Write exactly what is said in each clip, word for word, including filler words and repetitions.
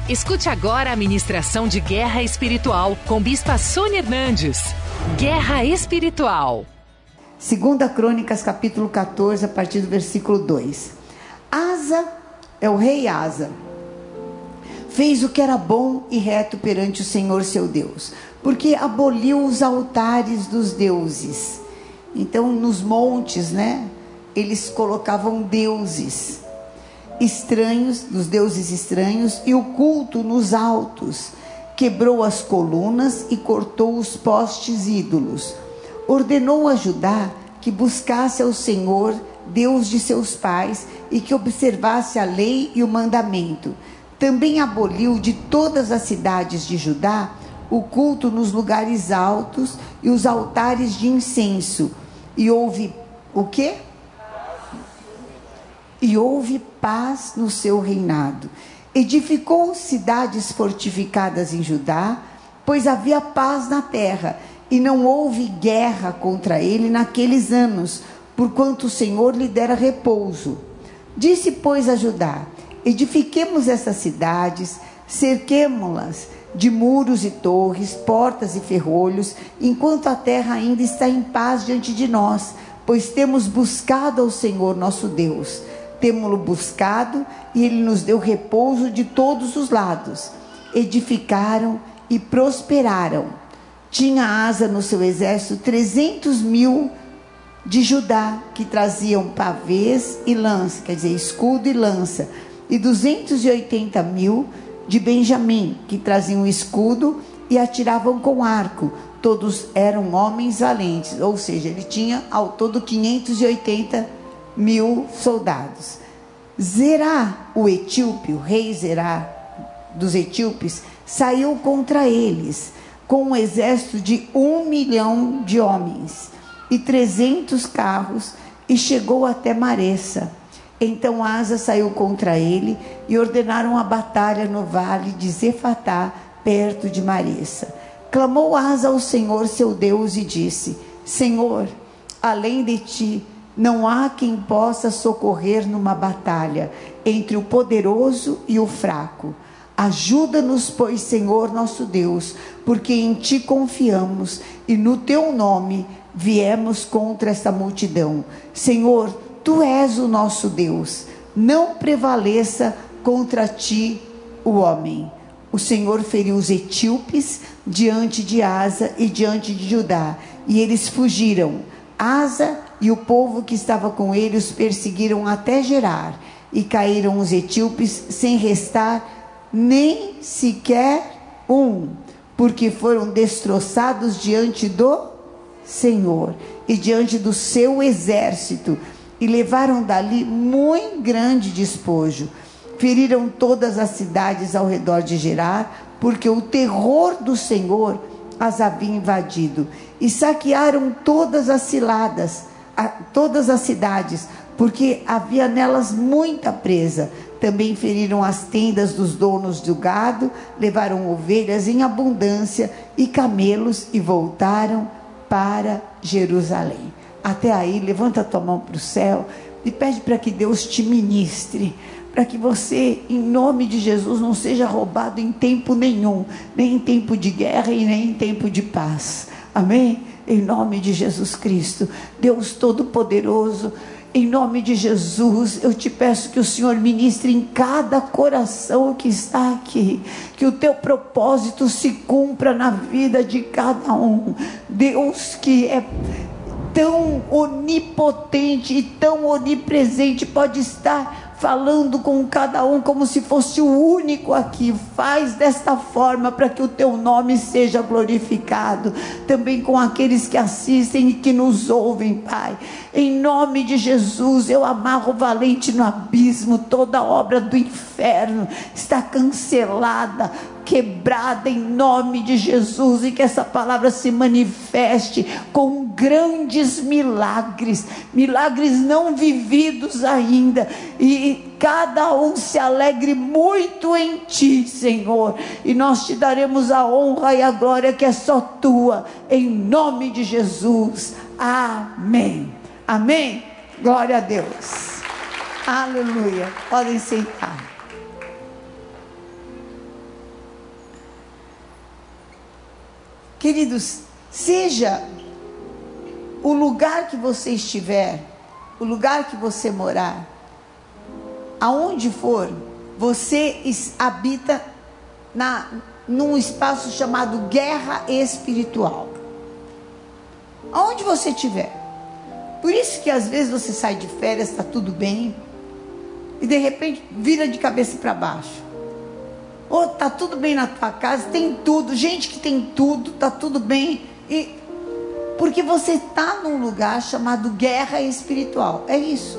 Escute agora a ministração de Guerra Espiritual com Bispa Sônia Hernandes. Guerra Espiritual. Segunda Crônicas, capítulo quatorze, a partir do versículo dois. Asa, é o rei Asa, fez o que era bom e reto perante o Senhor seu Deus, porque aboliu os altares dos deuses. Então, nos montes, né, eles colocavam deuses estranhos, dos deuses estranhos, e o culto nos altos. Quebrou as colunas e cortou os postes ídolos. Ordenou a Judá que buscasse ao Senhor, Deus de seus pais, e que observasse a lei e o mandamento. Também aboliu de todas as cidades de Judá o culto nos lugares altos e os altares de incenso. E houve o quê? E houve paz no seu reinado. Edificou cidades fortificadas em Judá, pois havia paz na terra, e não houve guerra contra ele naqueles anos, porquanto o Senhor lhe dera repouso. Disse, pois, a Judá: edifiquemos essas cidades, cerquemo-las de muros e torres, portas e ferrolhos, enquanto a terra ainda está em paz diante de nós, pois temos buscado ao Senhor nosso Deus. Temo-lo buscado, e ele nos deu repouso de todos os lados. Edificaram e prosperaram. Tinha Asa no seu exército trezentos mil de Judá, que traziam pavês e lança, quer dizer, escudo e lança, e duzentos e oitenta mil de Benjamim, que traziam escudo e atiravam com arco. Todos eram homens valentes, ou seja, ele tinha ao todo quinhentos e oitenta mil soldados. Zerá, o etíope, o rei Zerá dos etíopes, saiu contra eles com um exército de um milhão de homens e trezentos carros, e chegou até Maressa. Então Asa saiu contra ele, e ordenaram a batalha no vale de Zefatá, perto de Maressa. Clamou Asa ao Senhor seu Deus e disse: Senhor, além de ti não há quem possa socorrer numa batalha entre o poderoso e o fraco. Ajuda-nos, pois, Senhor nosso Deus, porque em ti confiamos, e no teu nome viemos contra esta multidão. Senhor, tu és o nosso Deus, não prevaleça contra ti o homem. O Senhor feriu os etíopes diante de Asa e diante de Judá, e eles fugiram. Asa e o povo que estava com ele os perseguiram até Gerar, e caíram os etíopes sem restar nem sequer um, porque foram destroçados diante do Senhor e diante do seu exército, e levaram dali muito grande despojo. Feriram todas as cidades ao redor de Gerar, porque o terror do Senhor as havia invadido, e saquearam todas as ciladas, a, todas as cidades, porque havia nelas muita presa. Também feriram as tendas dos donos do gado, levaram ovelhas em abundância e camelos, e voltaram para Jerusalém. Até aí, levanta a tua mão para o céu e pede para que Deus te ministre, para que você, em nome de Jesus, não seja roubado em tempo nenhum, nem em tempo de guerra e nem em tempo de paz. Amém? Em nome de Jesus Cristo, Deus Todo-Poderoso, em nome de Jesus, eu te peço que o Senhor ministre em cada coração que está aqui, que o teu propósito se cumpra na vida de cada um. Deus que é tão onipotente e tão onipresente, pode estar falando com cada um como se fosse o único aqui. Faz desta forma para que o teu nome seja glorificado, também com aqueles que assistem e que nos ouvem, Pai. Em nome de Jesus, eu amarro valente no abismo. Toda obra do inferno está cancelada, quebrada em nome de Jesus, e que essa palavra se manifeste com grandes milagres, milagres não vividos ainda, e cada um se alegre muito em ti, Senhor, e nós te daremos a honra e a glória que é só tua, em nome de Jesus. Amém. Amém. Glória a Deus. Aleluia. Podem sentar. Queridos, seja o lugar que você estiver, o lugar que você morar, aonde for, você habita na, num espaço chamado guerra espiritual. Aonde você estiver. Por isso que às vezes você sai de férias, está tudo bem, e de repente vira de cabeça para baixo. Ou está tudo bem na tua casa, tem tudo, gente que tem tudo, está tudo bem, e porque você está num lugar chamado guerra espiritual. É isso.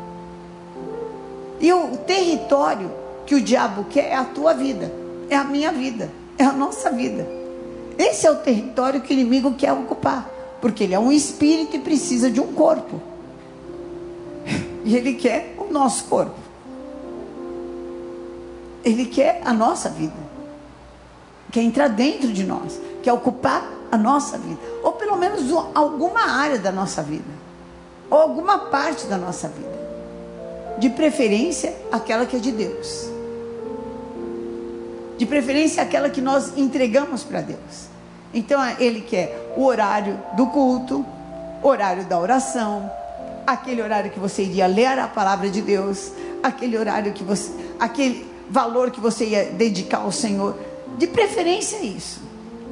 E o território que o diabo quer é a tua vida, é a minha vida, é a nossa vida. Esse é o território que o inimigo quer ocupar, porque ele é um espírito e precisa de um corpo. E ele quer o nosso corpo. Ele quer a nossa vida. Quer entrar dentro de nós, quer ocupar a nossa vida, ou pelo menos alguma área da nossa vida, ou alguma parte da nossa vida, de preferência aquela que é de Deus, de preferência aquela que nós entregamos para Deus. Então ele quer o horário do culto, horário da oração, aquele horário que você iria ler a palavra de Deus, aquele horário que você, aquele valor que você ia dedicar ao Senhor, de preferência isso.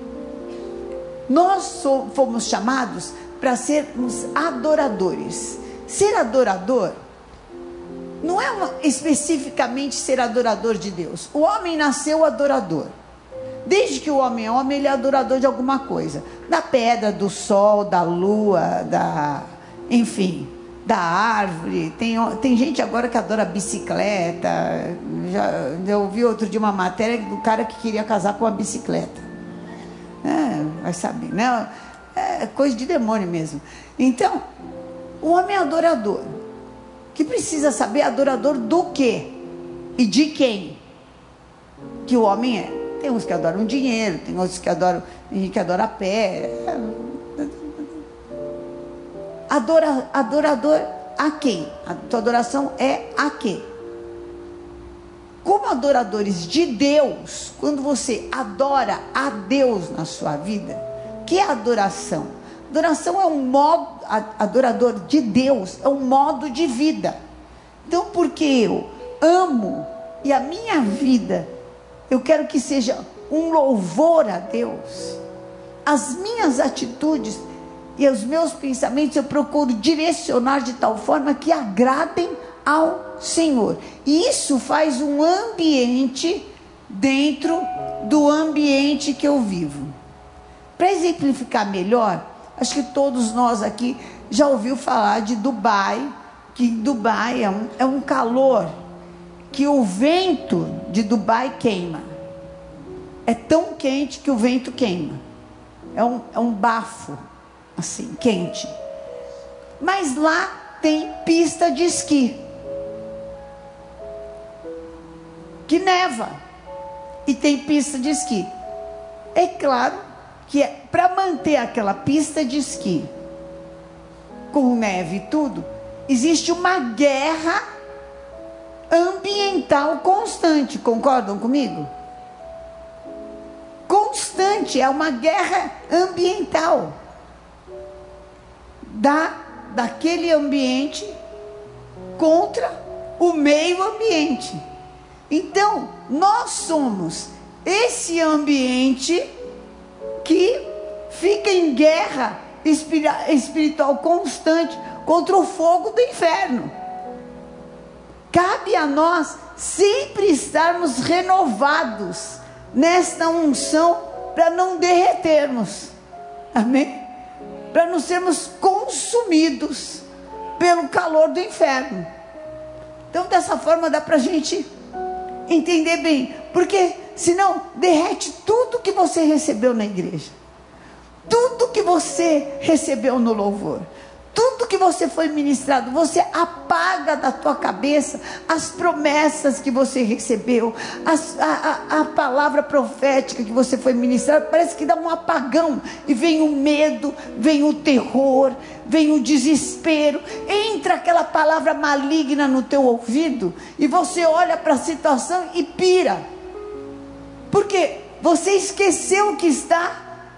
Nós so, fomos chamados para sermos adoradores. Ser adorador não é uma, especificamente ser adorador de Deus. O homem nasceu adorador. Desde que o homem é homem, ele é adorador de alguma coisa. Da pedra, do sol, da lua, da, enfim, da árvore. Tem, tem gente agora que adora bicicleta. Já, eu ouvi outro dia uma matéria do cara que queria casar com uma bicicleta. É, vai saber, né? É coisa de demônio mesmo. Então, o homem é adorador, que precisa saber adorador do quê e de quem que o homem é. Tem uns que adoram dinheiro, tem outros que adoram, que adoram a pé. Adora, adorador a quem? A tua adoração é a quê? Como adoradores de Deus, quando você adora a Deus na sua vida, que é adoração? Adoração é um modo, adorador de Deus é um modo de vida. Então, porque eu amo e a minha vida, eu quero que seja um louvor a Deus, as minhas atitudes e os meus pensamentos eu procuro direcionar de tal forma que agradem ao Senhor. E isso faz um ambiente dentro do ambiente que eu vivo. Para exemplificar melhor, acho que todos nós aqui já ouviu falar de Dubai, que Dubai é um, é um calor que o vento de Dubai queima. É tão quente que o vento queima. É um, é um bafo, assim, quente. Mas lá tem pista de esqui, que neva, e tem pista de esqui. É claro que é, para manter aquela pista de esqui com neve e tudo, existe uma guerra ambiental constante. Concordam comigo? Constante, é uma guerra ambiental da, daquele ambiente contra o meio ambiente. Então, nós somos esse ambiente que fica em guerra espiritual constante contra o fogo do inferno. Cabe a nós sempre estarmos renovados nesta unção para não derretermos, amém? Para não sermos consumidos pelo calor do inferno. Então, dessa forma dá para a gente entender bem, porque senão derrete tudo que você recebeu na igreja, tudo que você recebeu no louvor, tudo que você foi ministrado, você apaga da tua cabeça as promessas que você recebeu, as, a, a, a palavra profética que você foi ministrado, parece que dá um apagão, e vem o medo, vem o terror, vem o desespero, entra aquela palavra maligna no teu ouvido, e você olha para a situação e pira, porque você esqueceu que está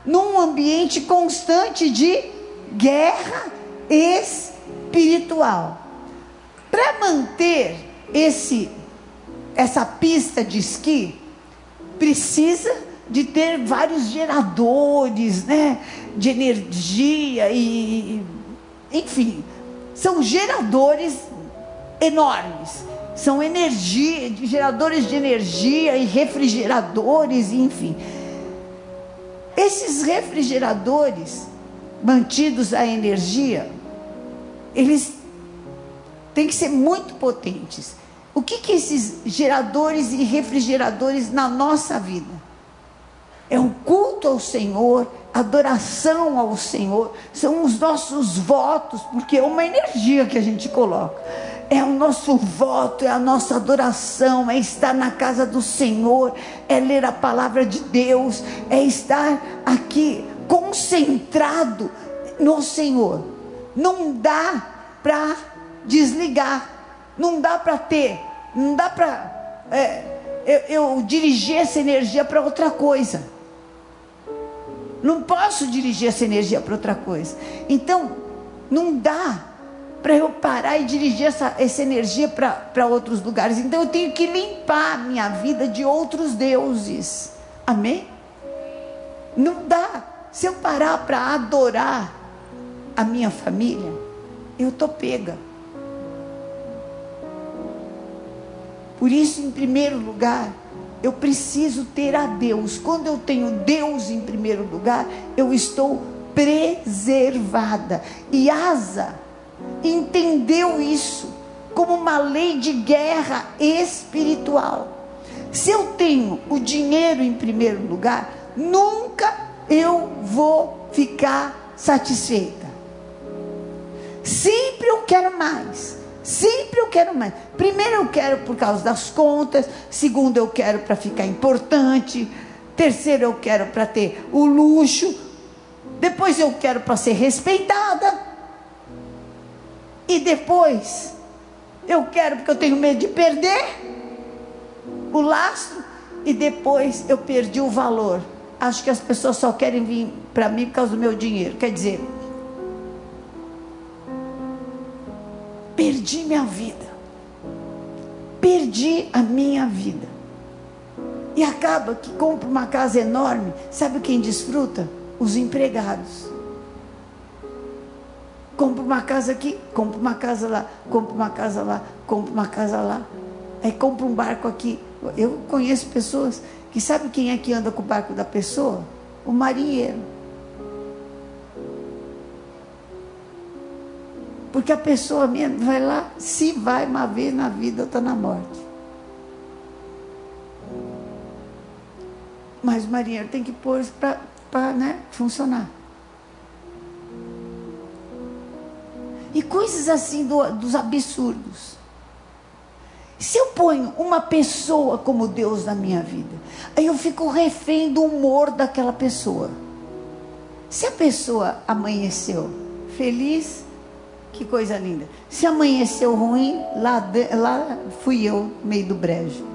num ambiente constante de guerra espiritual. Para manter esse, essa pista de esqui, precisa de ter vários geradores, né, de energia e, enfim, são geradores enormes, são energia, geradores de energia e refrigeradores, enfim. Esses refrigeradores mantidos a energia, eles têm que ser muito potentes. O que que esses geradores e refrigeradores na nossa vida? É um culto ao Senhor, adoração ao Senhor, são os nossos votos, porque é uma energia que a gente coloca. É o nosso voto, é a nossa adoração, é estar na casa do Senhor, é ler a palavra de Deus, é estar aqui concentrado no Senhor. Não dá para desligar, não dá para ter, não dá para é, eu, eu dirigir essa energia para outra coisa. Não posso dirigir essa energia para outra coisa. Então, não dá para eu parar e dirigir essa, essa energia para outros lugares. Então eu tenho que limpar a minha vida de outros deuses. Amém? Não dá. Se eu parar para adorar a minha família, eu estou pega. Por isso, em primeiro lugar, eu preciso ter a Deus. Quando eu tenho Deus em primeiro lugar, eu estou preservada. E Asa entendeu isso como uma lei de guerra espiritual. Se eu tenho o dinheiro em primeiro lugar, nunca eu vou ficar satisfeita. Sempre eu quero mais. Sempre eu quero mais. Primeiro eu quero por causa das contas. Segundo eu quero para ficar importante. Terceiro eu quero para ter o luxo. Depois eu quero para ser respeitada. E depois eu quero porque eu tenho medo de perder o lastro. E depois eu perdi o valor. Acho que as pessoas só querem vir para mim por causa do meu dinheiro. Quer dizer, perdi minha vida. Perdi a minha vida. E acaba que compra uma casa enorme. Sabe quem desfruta? Os empregados. Compra uma casa aqui, compra uma casa lá, compra uma casa lá, compra uma casa lá. Aí compra um barco aqui. Eu conheço pessoas que sabe quem é que anda com o barco da pessoa? O marinheiro. Porque a pessoa mesmo vai lá, se vai uma vez na vida, outra na morte. Mas o marinheiro tem que pôr para né, funcionar. E coisas assim do, dos absurdos. Se eu ponho uma pessoa como Deus na minha vida, aí eu fico refém do humor daquela pessoa. Se a pessoa amanheceu feliz, que coisa linda. Se amanheceu ruim, lá, de, lá fui eu, no meio do brejo.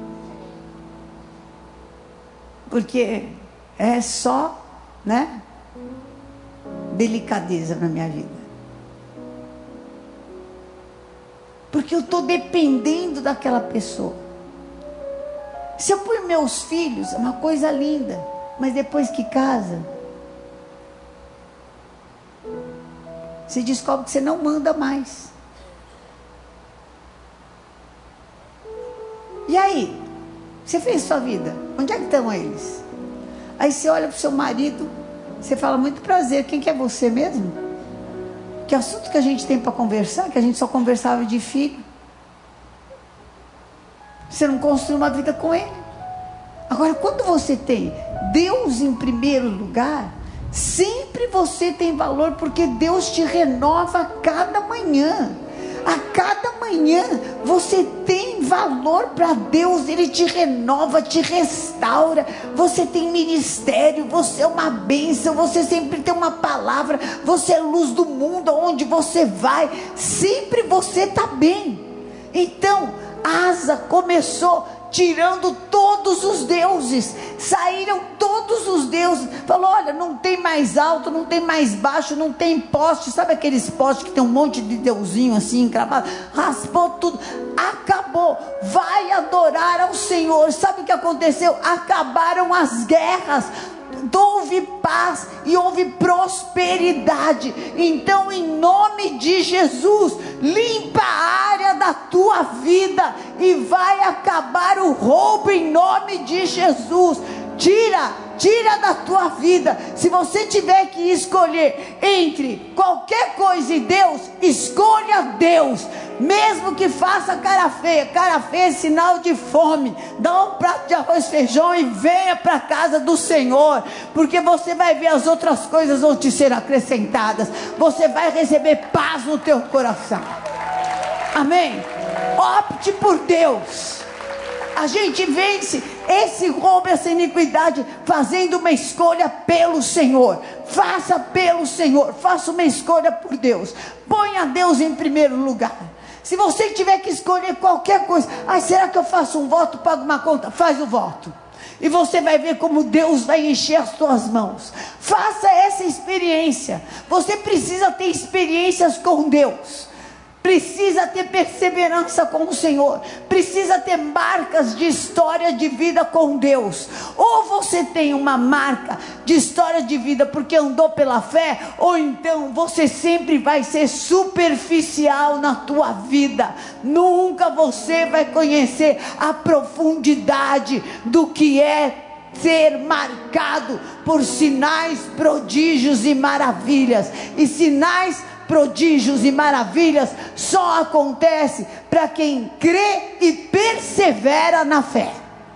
Porque é só, né, delicadeza na minha vida. Porque eu estou dependendo daquela pessoa. Se eu ponho meus filhos, é uma coisa linda. Mas depois que casa, você descobre que você não manda mais. E aí? Você fez sua vida? Onde é que estão eles? Aí você olha para o seu marido, você fala, muito prazer, quem que é você mesmo? Que assunto que a gente tem para conversar, que a gente só conversava de filho. Você não construiu uma vida com ele. Agora, quando você tem Deus em primeiro lugar, sempre você tem valor, porque Deus te renova a cada manhã. A cada manhã você tem valor para Deus. Ele te renova, te restaura. Você tem ministério, você é uma bênção, você sempre tem uma palavra, você é luz do mundo. Aonde você vai, sempre você está bem. Então Asa começou tirando todos os deuses. Saíram todos todos os deuses. Falou: olha, não tem mais alto, não tem mais baixo, não tem poste. Sabe aqueles postes que tem um monte de deusinho assim encravado? Raspou tudo, acabou. Vai adorar ao Senhor. Sabe o que aconteceu? Acabaram as guerras, houve paz e houve prosperidade. Então, em nome de Jesus, limpa a área da tua vida e vai acabar o roubo em nome de Jesus. Tira, tira da tua vida. Se você tiver que escolher entre qualquer coisa e Deus, escolha Deus. Mesmo que faça cara feia. Cara feia é sinal de fome. Dá um prato de arroz e feijão e venha para a casa do Senhor, porque você vai ver as outras coisas vão te ser acrescentadas. Você vai receber paz no teu coração. Amém? Opte por Deus. A gente vence esse roubo, essa iniquidade, fazendo uma escolha pelo Senhor. Faça pelo Senhor, faça uma escolha por Deus. Ponha Deus em primeiro lugar. Se você tiver que escolher qualquer coisa, ah, será que eu faço um voto, pago uma conta? Faz o voto. E você vai ver como Deus vai encher as suas mãos. Faça essa experiência. Você precisa ter experiências com Deus. Precisa ter perseverança com o Senhor. Precisa ter marcas de história de vida com Deus. Ou você tem uma marca de história de vida porque andou pela fé, ou então você sempre vai ser superficial na tua vida. Nunca você vai conhecer a profundidade do que é ser marcado por sinais, prodígios e maravilhas. E sinais, prodígios e maravilhas só acontece para quem crê e persevera na fé.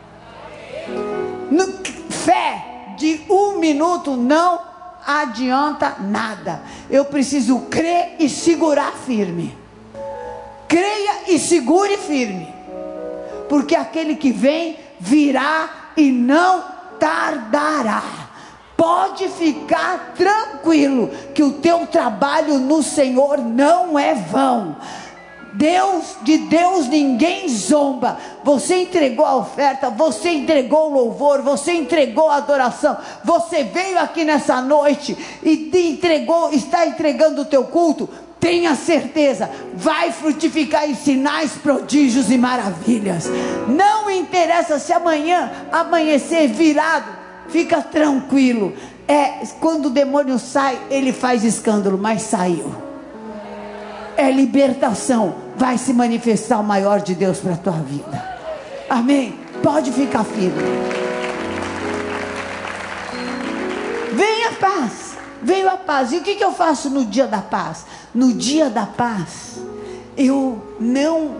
No, fé de um minuto não adianta nada. Eu preciso crer e segurar firme. Creia e segure firme, porque aquele que vem virá e não tardará. Pode ficar tranquilo que o teu trabalho no Senhor não é vão. Deus, de Deus ninguém zomba. Você entregou a oferta, você entregou o louvor, você entregou a adoração, você veio aqui nessa noite e te entregou, está entregando o teu culto. Tenha certeza, vai frutificar em sinais, prodígios e maravilhas. Não interessa se amanhã amanhecer virado. Fica tranquilo. É, quando o demônio sai, ele faz escândalo, mas saiu. É libertação. Vai se manifestar o maior de Deus para a tua vida. Amém? Pode ficar firme. Venha a paz. Veio a paz. E o que, que eu faço no dia da paz? No dia da paz, eu não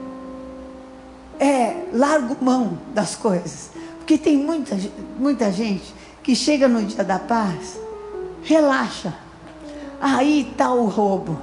é, largo mão das coisas. Porque tem muita, muita gente que chega no dia da paz, relaxa. Aí está o roubo.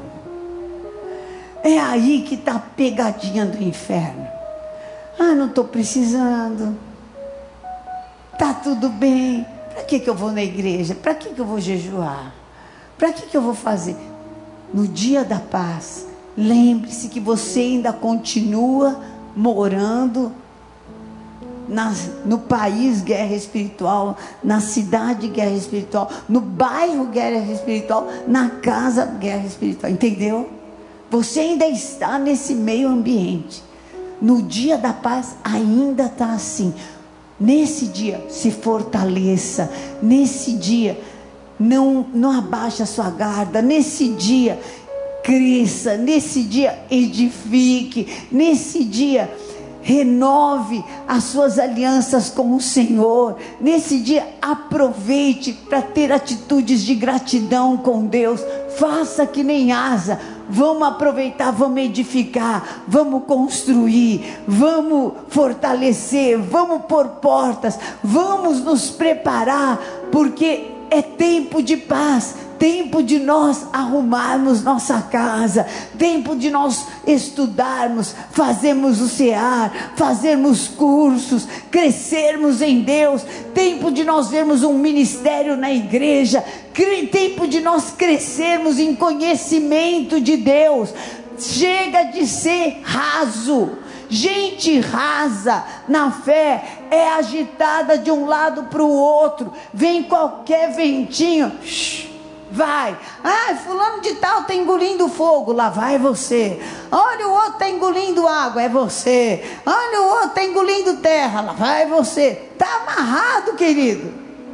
É aí que está a pegadinha do inferno. Ah, não estou precisando. Está tudo bem. Para que, que eu vou na igreja? Para que, que eu vou jejuar? Para que, que eu vou fazer? No dia da paz, lembre-se que você ainda continua morando Na, no país guerra espiritual, na cidade guerra espiritual, no bairro guerra espiritual, na casa guerra espiritual, entendeu? Você ainda está nesse meio ambiente. No dia da paz ainda está assim. Nesse dia se fortaleça. Nesse dia não, não abaixe a sua guarda. Nesse dia cresça. Nesse dia edifique. Nesse dia renove as suas alianças com o Senhor. Nesse dia aproveite para ter atitudes de gratidão com Deus. Faça que nem Asa. Vamos aproveitar, vamos edificar, vamos construir, vamos fortalecer, vamos pôr portas, vamos nos preparar, porque é tempo de paz. Tempo de nós arrumarmos nossa casa, tempo de nós estudarmos, fazermos o C E A, fazermos cursos, crescermos em Deus, tempo de nós vermos um ministério na igreja, tempo de nós crescermos em conhecimento de Deus. Chega de ser raso, Gente rasa na fé é agitada de um lado para o outro. Vem qualquer ventinho, shh, vai. Ah, fulano de tal está engolindo fogo, lá vai você. Olha, o outro está engolindo água, é você. Olha, o outro está engolindo terra, lá vai você. Está amarrado, querido.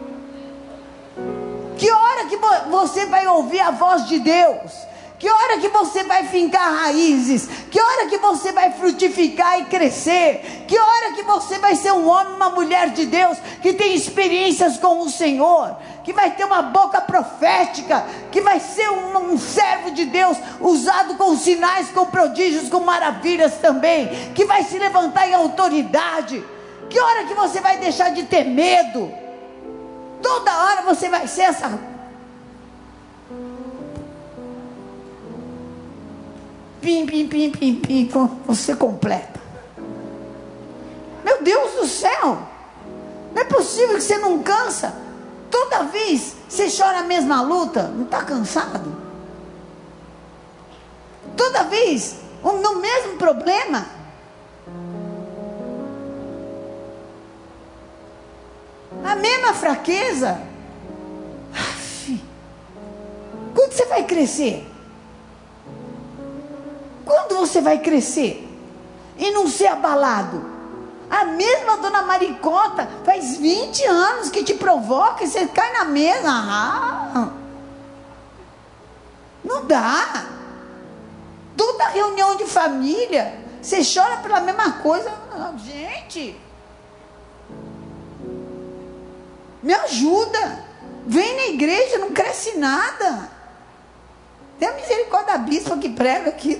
Que hora que você vai ouvir a voz de Deus? Que hora que você vai fincar raízes? Que hora que você vai frutificar e crescer? Que hora que você vai ser um homem, uma mulher de Deus, que tem experiências com o Senhor, que vai ter uma boca profética, que vai ser um, um servo de Deus, usado com sinais, com prodígios, com maravilhas também, que vai se levantar em autoridade? Que hora que você vai deixar de ter medo? Toda hora você vai ser essa... Pim, pim, pim, pim, pim, você completa. Meu Deus do céu, não é possível que você não cansa. Toda vez você chora a mesma luta, não está cansado? Toda vez no mesmo problema. A mesma fraqueza. Quando você vai crescer? Quando você vai crescer e não ser abalado? A mesma dona Maricota faz vinte anos que te provoca e você cai na mesa. Ah, não dá. Toda reunião de família você chora pela mesma coisa. Gente, me ajuda. Vem na igreja, não cresce nada. Tem a misericórdia da bispa que prega aqui.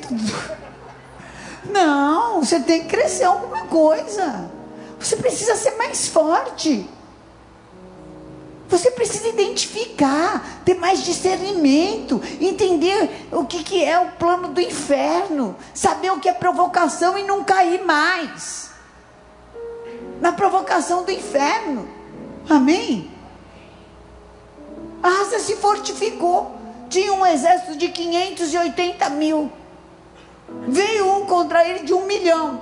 Não, você tem que crescer alguma coisa. Você precisa ser mais forte. Você precisa identificar, ter mais discernimento, entender o que, que é o plano do inferno, saber o que é provocação e não cair mais na provocação do inferno. Amém? A Asa se fortificou. Tinha um exército de quinhentos e oitenta mil. Veio um contra ele de um milhão.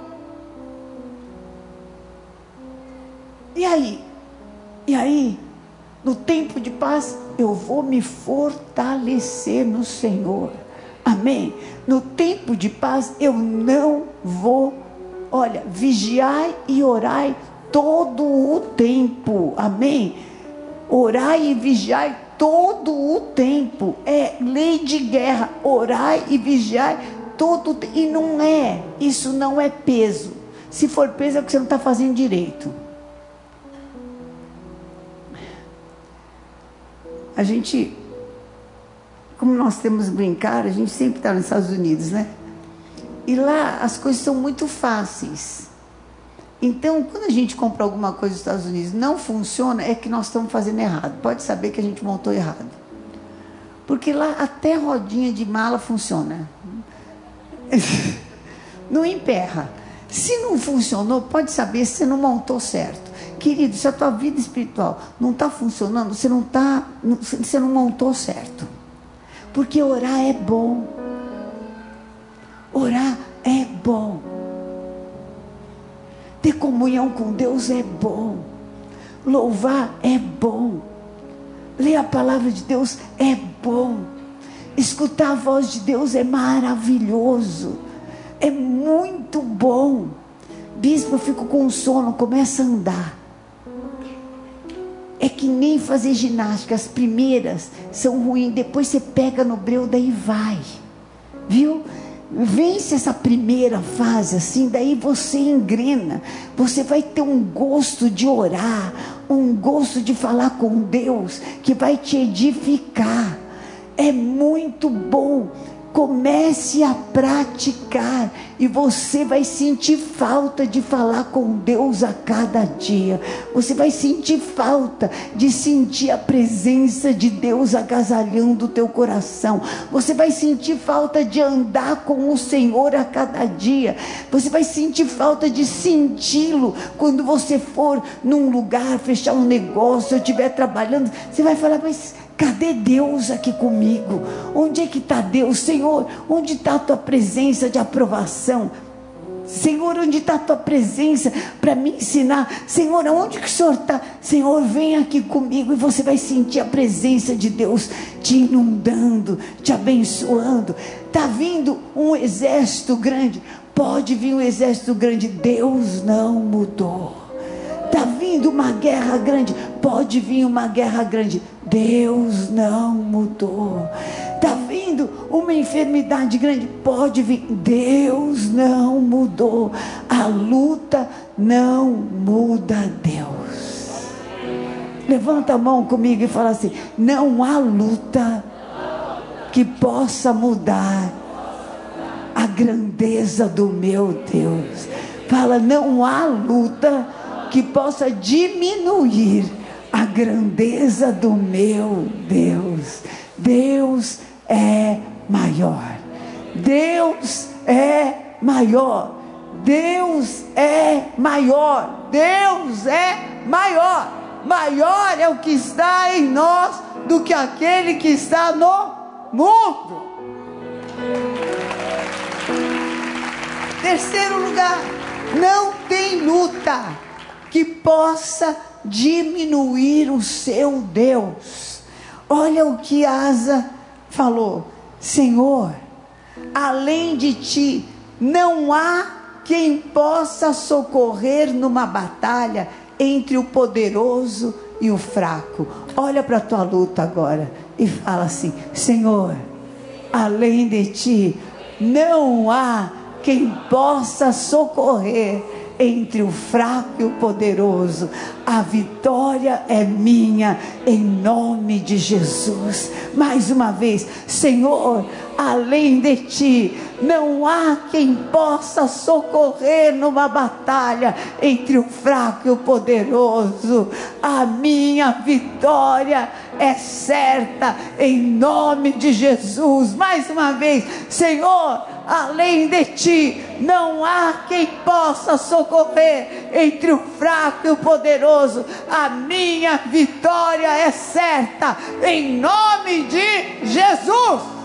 E aí? E aí? No tempo de paz, eu vou me fortalecer no Senhor. Amém? No tempo de paz, eu não vou, olha, vigiai e orai todo o tempo. Amém? Orai e vigiai todo o tempo. É lei de guerra. Orai e vigiai todo o tempo. E não é, isso não é peso. Se for peso é porque você não está fazendo direito. A gente, como nós temos brincar, a gente sempre está nos Estados Unidos, né? E lá as coisas são muito fáceis. Então, quando a gente compra alguma coisa nos Estados Unidos, não funciona, é que nós estamos fazendo errado. Pode saber que a gente montou errado. Porque lá até rodinha de mala funciona. Não emperra. Se não funcionou, pode saber se você não montou certo. Querido, se a tua vida espiritual não está funcionando, você não tá, você não montou certo. Porque orar é bom. Orar é bom. Ter comunhão com Deus é bom. Louvar é bom. Ler a palavra de Deus é bom. Escutar a voz de Deus é maravilhoso. É muito bom. Bispo, eu fico com sono, começa a andar. É que nem fazer ginástica. As primeiras são ruins, depois você pega no breu, daí vai. Viu? Vence essa primeira fase assim, daí você engrena, você vai ter um gosto de orar, um gosto de falar com Deus, que vai te edificar. É muito bom. Comece a praticar e você vai sentir falta de falar com Deus a cada dia. Você vai sentir falta de sentir a presença de Deus agasalhando o teu coração. Você vai sentir falta de andar com o Senhor a cada dia. Você vai sentir falta de senti-lo quando você for num lugar, fechar um negócio, ou estiver trabalhando. Você vai falar, mas cadê Deus aqui comigo? Onde é que está Deus? Senhor, onde está a tua presença de aprovação? Senhor, onde está a tua presença para me ensinar? Senhor, aonde que o Senhor está? Senhor, vem aqui comigo e você vai sentir a presença de Deus te inundando, te abençoando. Está vindo um exército grande, pode vir um exército grande, Deus não mudou. Está vindo uma guerra grande, pode vir uma guerra grande, Deus não mudou. Está vindo uma enfermidade grande, pode vir, Deus não mudou. A luta não muda Deus. Levanta a mão comigo e fala assim: não há luta que possa mudar a grandeza do meu Deus. Fala: não há luta que possa diminuir a grandeza do meu Deus. Deus é maior. Deus é maior. Deus é maior. Deus é maior. Maior é o que está em nós do que aquele que está no mundo. Terceiro lugar, não tem luta que possa diminuir o seu Deus. Olha o que Asa falou: Senhor, além de ti não há quem possa socorrer numa batalha entre o poderoso e o fraco. Olha para a tua luta agora e fala assim: Senhor, além de ti não há quem possa socorrer entre o fraco e o poderoso. A vitória é minha, em nome de Jesus. Mais uma vez: Senhor, além de ti não há quem possa socorrer numa batalha entre o fraco e o poderoso. A minha vitória é certa, em nome de Jesus. Mais uma vez: Senhor, além de ti não há quem possa socorrer entre o fraco e o poderoso. A minha vitória é certa, em nome de Jesus.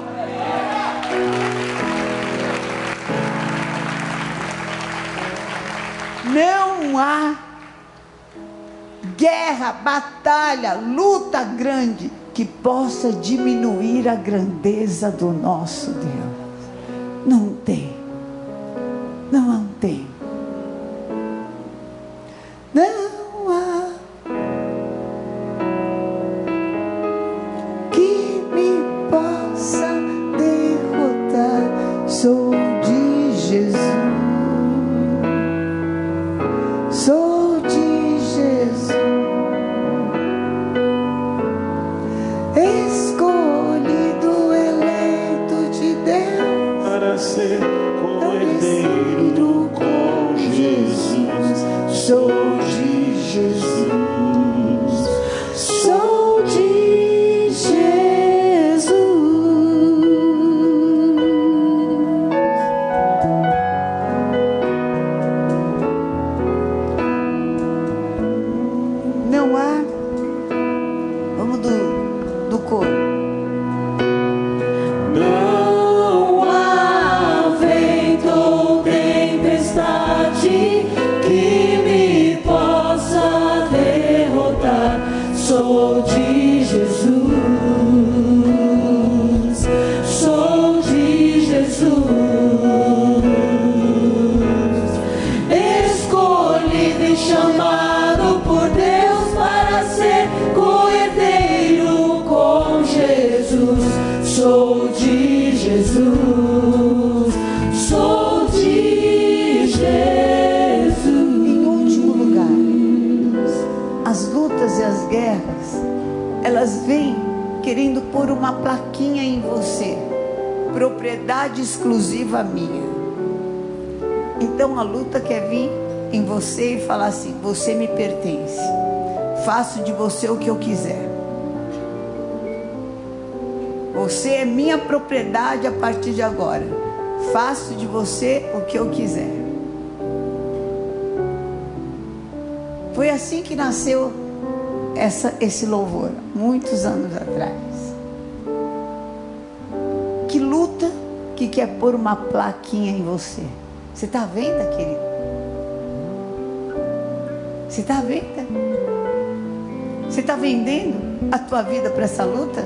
Não há guerra, batalha, luta grande que possa diminuir a grandeza do nosso Deus. Não tem. Não tem. Não há que me possa derrotar. Sou de Jesus. Sou de Jesus, escolhido, eleito de Deus, para ser co-herdeiro com Jesus. Sou de Jesus, sou de Jesus. Não há, vamos do, do coro. não há vento ou tempestade que me possa derrotar. Sou de Jesus, sou de Jesus, escolhido e chamado por Deus para ser co-herdeiro com Jesus. Sou de Jesus, sou de Jesus. Em último lugar, as lutas e as guerras, elas vêm querendo pôr uma plaquinha em você: propriedade exclusiva minha. Então a luta quer vir em você e falar assim: você me pertence, faço de você o que eu quiser, você é minha propriedade a partir de agora, faço de você o que eu quiser. Foi assim que nasceu essa, esse louvor, muitos anos atrás. Que luta que quer pôr uma plaquinha em você: Você está à venda, querido? Você está à venda? Você está vendendo a tua vida para essa luta?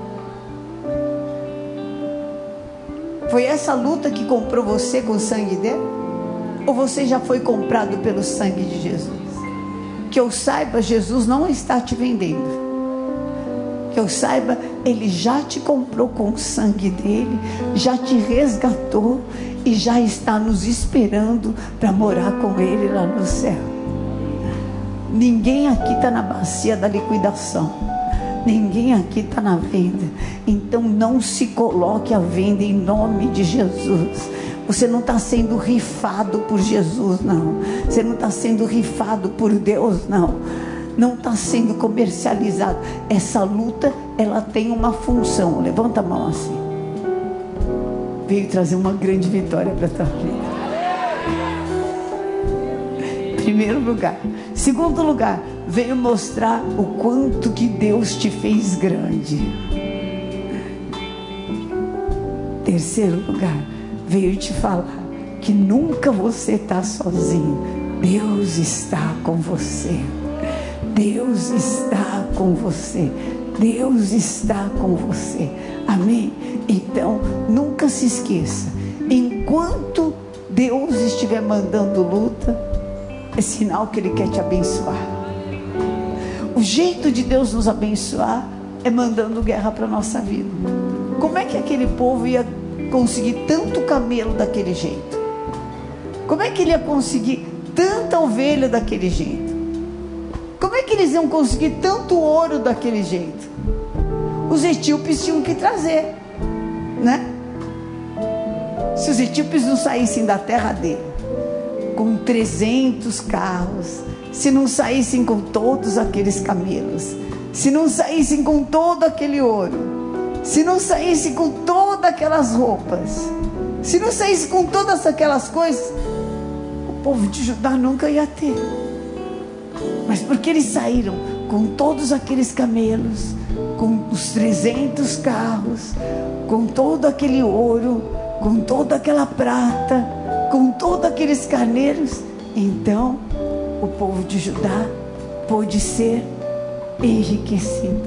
Foi essa luta que comprou você com o sangue dele? Ou você já foi comprado pelo sangue de Jesus? Que eu saiba, Jesus não está te vendendo. Que eu saiba, Ele já te comprou com o sangue dele, já te resgatou e já está nos esperando para morar com Ele lá no céu. Ninguém aqui está na bacia da liquidação. Ninguém aqui está na venda. Então não se coloque à venda em nome de Jesus. Você não está sendo rifado por Jesus, não. Você não está sendo rifado por Deus, não. Não está sendo comercializado. Essa luta, ela tem uma função. Levanta a mão assim. Veio trazer uma grande vitória para a tua vida. Primeiro lugar. Segundo lugar, veio mostrar o quanto que Deus te fez grande. Terceiro lugar, veio te falar que nunca você está sozinho. Deus está com você. Deus está com você. Deus está com você. Amém? Então, nunca se esqueça. Enquanto Deus estiver mandando luta, é sinal que Ele quer te abençoar. O jeito de Deus nos abençoar é mandando guerra para a nossa vida. Como é que aquele povo ia conseguir tanto camelo daquele jeito? Como é que ele ia conseguir tanta ovelha daquele jeito? Como é que eles iam conseguir tanto ouro daquele jeito? Os etíopes tinham que trazer, né? Se os etíopes não saíssem da terra dele com trezentos carros, se não saíssem com todos aqueles camelos, se não saíssem com todo aquele ouro, se não saíssem com todas aquelas roupas, se não saíssem com todas aquelas coisas, o povo de Judá nunca ia ter. Mas porque eles saíram com todos aqueles camelos, com os trezentos carros, com todo aquele ouro, com toda aquela prata, com todos aqueles carneiros, então o povo de Judá pôde ser enriquecido.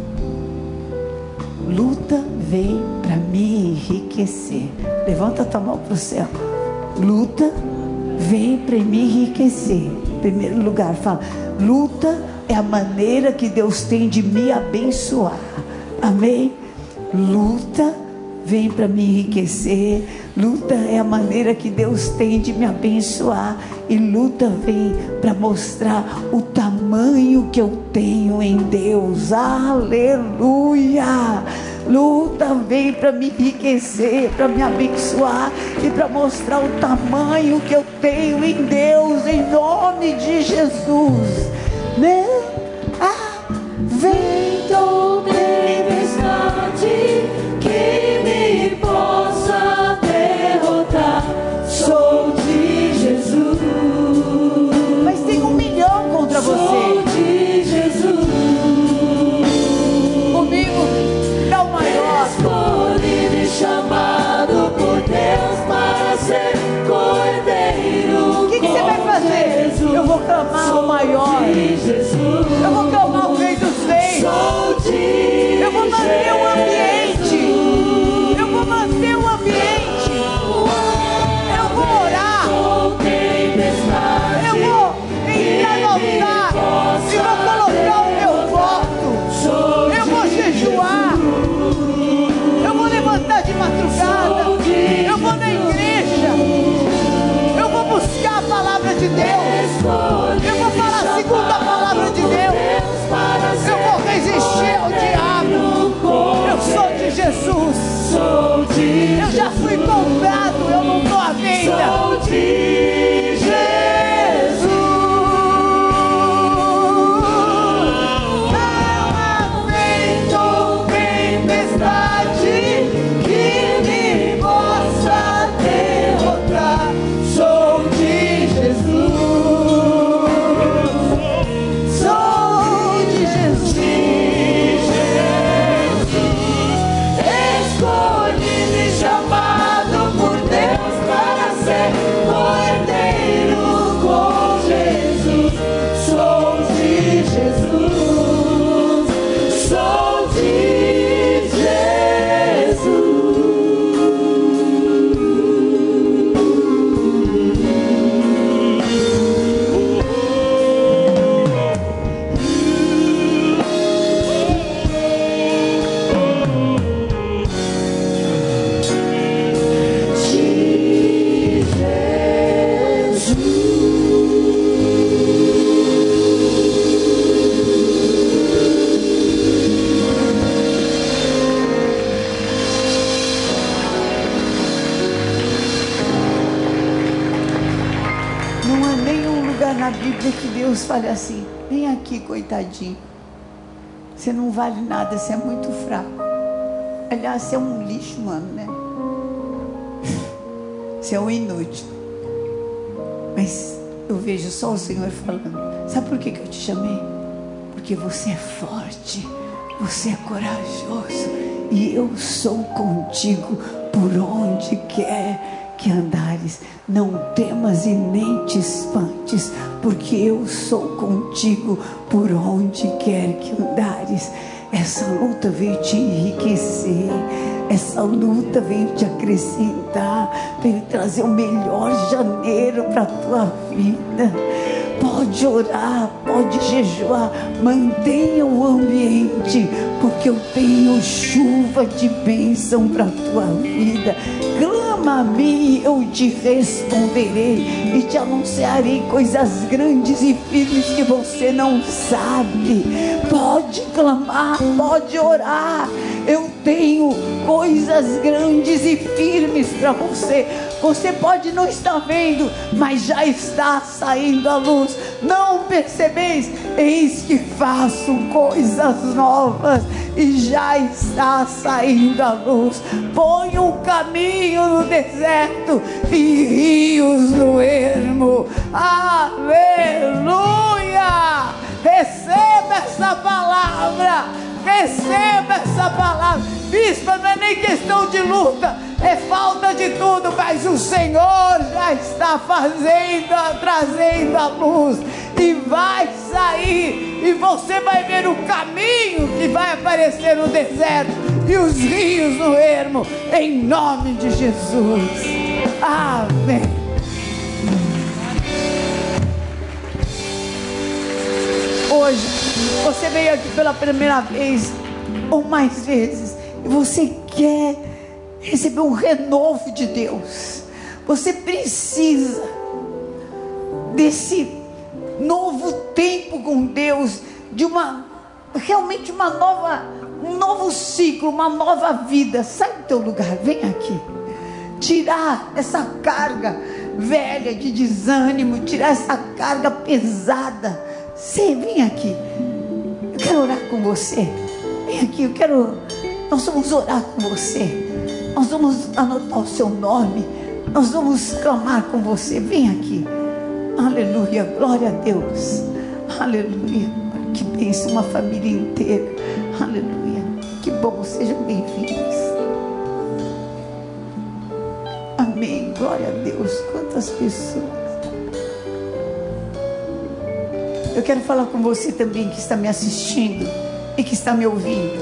Luta vem para me enriquecer. Levanta a tua mão para o céu. Luta vem para me enriquecer. Em primeiro lugar, fala: luta é a maneira que Deus tem de me abençoar. Amém? Luta vem para me enriquecer. Luta é a maneira que Deus tem de me abençoar. E luta vem para mostrar o tamanho que eu tenho em Deus. Aleluia! Luta vem para me enriquecer, para me abençoar e para mostrar o tamanho que eu tenho em Deus, em nome de Jesus. Né? Ah, vem toda tempestade que me possa derrotar, sou de Jesus. Mas tem um milhão contra você. Sou de Jesus. Comigo, dá o maior. Escolhido e chamado por Deus para ser cordeiro. O que, que você vai fazer? Jesus. Eu vou clamar o maior. De Jesus. Deus fale assim: vem aqui, coitadinho, você não vale nada, você é muito fraco. Aliás, você é um lixo, mano, né? Você é um inútil. Mas eu vejo só o Senhor falando: sabe por que que eu te chamei? Porque você é forte, você é corajoso, e eu sou contigo por onde quer que andares. Não temas e nem te espantes, porque eu sou contigo por onde quer que andares. Essa luta veio te enriquecer, essa luta veio te acrescentar, veio trazer o melhor janeiro para a tua vida. Pode orar, pode jejuar, mantenha o ambiente, porque eu tenho chuva de bênção para a tua vida. Clama a mim, eu te responderei e te anunciarei coisas grandes e firmes que você não sabe. Pode clamar, pode orar. Eu tenho coisas grandes e firmes para você. Você pode não estar vendo, mas já está saindo a luz. Não percebeis? Eis que faço coisas novas e já está saindo a luz. Põe um caminho no deserto e rios no ermo. Aleluia! Receba essa palavra. Receba essa palavra. Bispa, não é nem questão de luta, é falta de tudo, mas o Senhor já está fazendo, trazendo a luz, e vai sair, e você vai ver o caminho que vai aparecer no deserto e os rios no ermo, em nome de Jesus. Amém. Hoje você veio aqui pela primeira vez ou mais vezes e você quer receber um renovo de Deus. Você precisa desse novo tempo com Deus, de uma realmente uma nova, um novo ciclo, uma nova vida. Sai do teu lugar, vem aqui. Tirar essa carga velha de desânimo, tirar essa carga pesada. Você vem aqui. Eu quero orar com você. Vem aqui, eu quero. Nós vamos orar com você. Nós vamos anotar o seu nome. Nós vamos clamar com você. Vem aqui. Aleluia, glória a Deus. Aleluia. Que bênção, uma família inteira. Aleluia. Que bom, sejam bem-vindos. Amém, glória a Deus. Quantas pessoas. Eu quero falar com você também que está me assistindo e que está me ouvindo.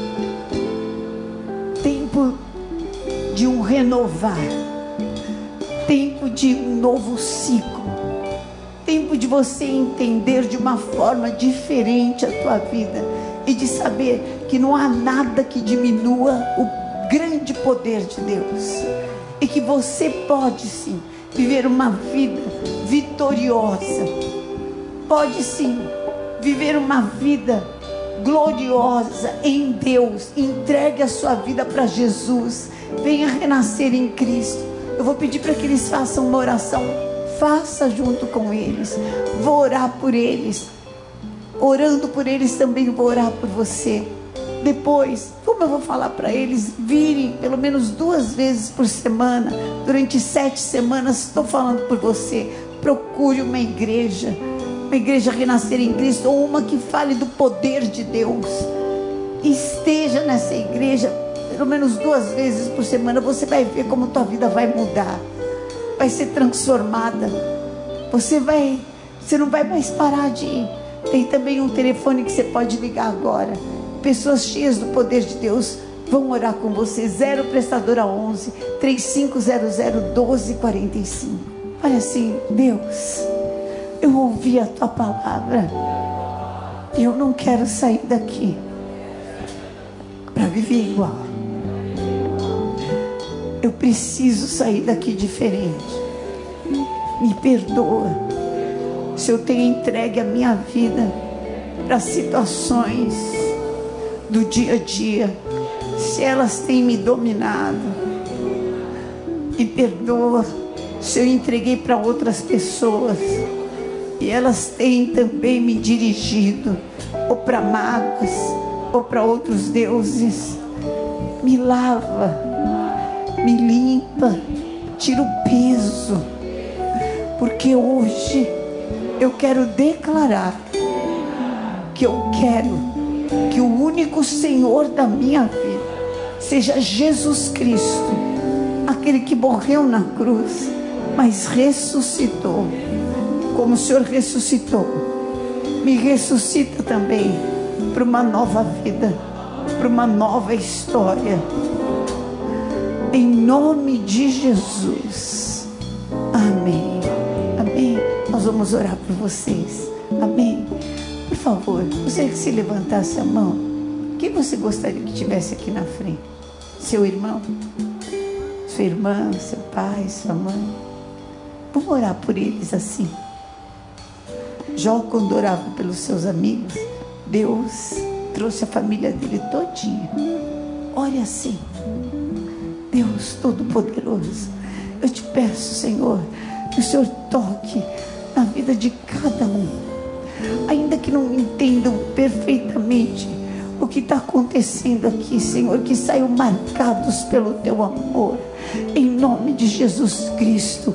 Tempo de um renovar, tempo de um novo ciclo, tempo de você entender de uma forma diferente a tua vida e de saber que não há nada que diminua o grande poder de Deus, e que você pode sim viver uma vida vitoriosa. Pode sim viver uma vida gloriosa em Deus. Entregue a sua vida para Jesus. Venha renascer em Cristo. Eu vou pedir para que eles façam uma oração. Faça junto com eles. Vou orar por eles. Orando por eles também vou orar por você. Depois, como eu vou falar para eles virem pelo menos duas vezes por semana, durante sete semanas, estou falando por você. Procure uma igreja. Uma igreja renascer em Cristo, ou uma que fale do poder de Deus. Esteja nessa igreja pelo menos duas vezes por semana. Você vai ver como tua vida vai mudar, vai ser transformada. Você vai, você não vai mais parar de ir. Tem também um telefone que você pode ligar agora. Pessoas cheias do poder de Deus vão orar com você. Zero prestadora onze, três cinco zero zero, doze quarenta e cinco. Olha assim, Deus, eu ouvi a tua palavra. Eu não quero sair daqui para viver igual. Eu preciso sair daqui diferente. Me perdoa se eu tenho entregue a minha vida para situações do dia a dia, se elas têm me dominado. Me perdoa se eu entreguei para outras pessoas E elas têm também me dirigido ou para mágoas ou para outros deuses. Me lava, me limpa, tira o peso, porque hoje eu quero declarar que eu quero que o único Senhor da minha vida seja Jesus Cristo, aquele que morreu na cruz, mas ressuscitou. Como o Senhor ressuscitou, me ressuscita também para uma nova vida, para uma nova história, em nome de Jesus. Amém, amém. Nós vamos orar por vocês, amém. Por favor, você que se levantasse a mão, quem você gostaria que estivesse aqui na frente? Seu irmão, sua irmã, seu pai, sua mãe? Vamos orar por eles assim. Jó, quando orava pelos seus amigos, Deus trouxe a família dele todinha. Ore assim. Deus Todo-Poderoso, eu te peço, Senhor, que o Senhor toque na vida de cada um, ainda que não entendam perfeitamente o que está acontecendo aqui, Senhor, que saiam marcados pelo teu amor. Em nome de Jesus Cristo,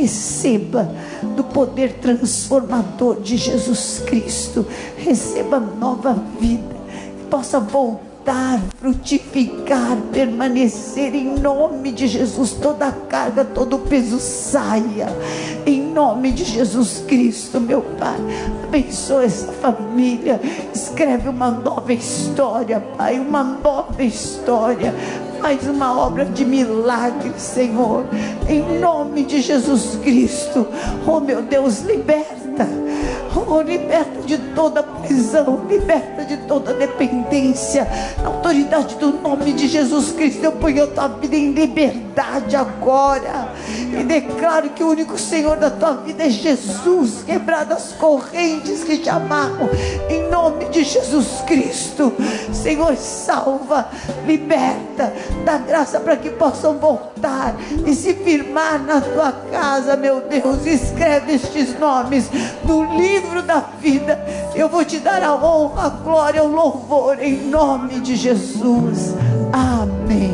receba do poder transformador de Jesus Cristo, receba nova vida, que possa voltar, frutificar, permanecer. Em nome de Jesus, toda a carga, todo o peso saia, em nome de Jesus Cristo, meu Pai. Abençoa essa família, escreve uma nova história, Pai, uma nova história. Faz uma obra de milagre, Senhor, em nome de Jesus Cristo. Oh, meu Deus, liberta. Oh, liberta de toda prisão, liberta de toda dependência. Na autoridade do nome de Jesus Cristo, eu ponho a tua vida em liberdade agora. E declaro que o único Senhor da tua vida é Jesus. Quebrado as correntes que te amarram, em nome de Jesus Cristo. Senhor, salva, liberta, dá graça para que possam voltar e se firmar na tua casa, meu Deus. Escreve estes nomes no livro da vida. Eu vou te dar a honra, a glória, o louvor, em nome de Jesus. Amém.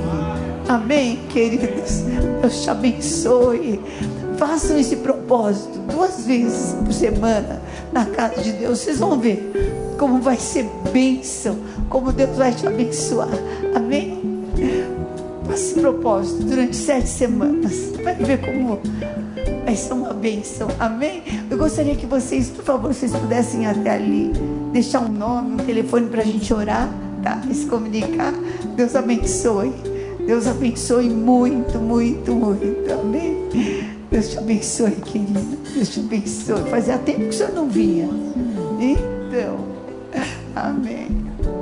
Amém, queridos. Deus te abençoe. Façam esse propósito duas vezes por semana na casa de Deus. Vocês vão ver como vai ser bênção, como Deus vai te abençoar. Amém? Faça esse propósito durante sete semanas. Vai ver como vai ser uma bênção. Amém? Eu gostaria que vocês, por favor, vocês pudessem ir até ali, deixar um nome, um telefone para a gente orar, tá? E se comunicar. Deus abençoe. Deus abençoe muito, muito, muito. Amém? Deus te abençoe, querido. Deus te abençoe. Fazia tempo que o senhor não vinha. Então, amém.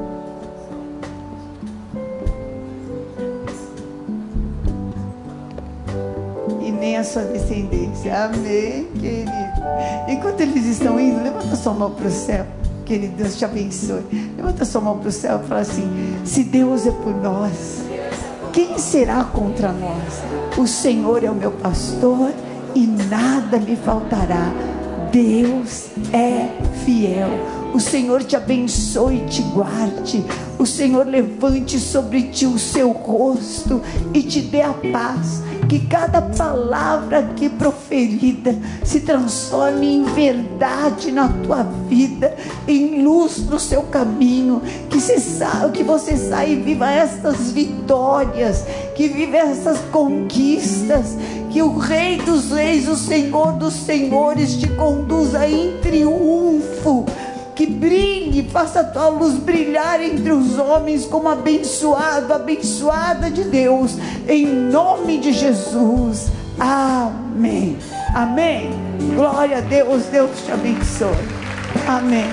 E nem a sua descendência. Amém, querido. Enquanto eles estão indo, levanta sua mão para o céu. Querido, Deus te abençoe. Levanta sua mão para o céu e fala assim: se Deus é por nós, quem será contra nós? O Senhor é o meu pastor e nada me faltará. Deus é fiel. O Senhor te abençoe e te guarde. O Senhor levante sobre ti o seu rosto e te dê a paz. Que cada palavra aqui proferida se transforme em verdade na tua vida, em luz no seu caminho. Que, se sa- que você saia e viva estas vitórias, que viva essas conquistas. Que o Rei dos Reis, o Senhor dos Senhores te conduza em triunfo. Que brilhe, faça a tua luz brilhar entre os homens como abençoado, abençoada de Deus, em nome de Jesus. Amém. Amém. Glória a Deus. Deus te abençoe. Amém.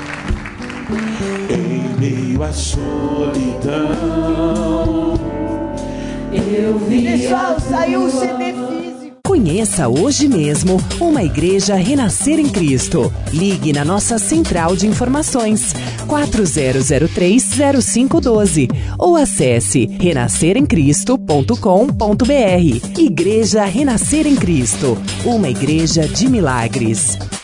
Em meio à solidão, eu vi. Pessoal, saiu o C D físico. Conheça hoje mesmo uma igreja Renascer em Cristo. Ligue na nossa central de informações quatro zero zero três zero cinco um dois ou acesse renascer em cristo ponto com ponto br. Igreja Renascer em Cristo, uma igreja de milagres.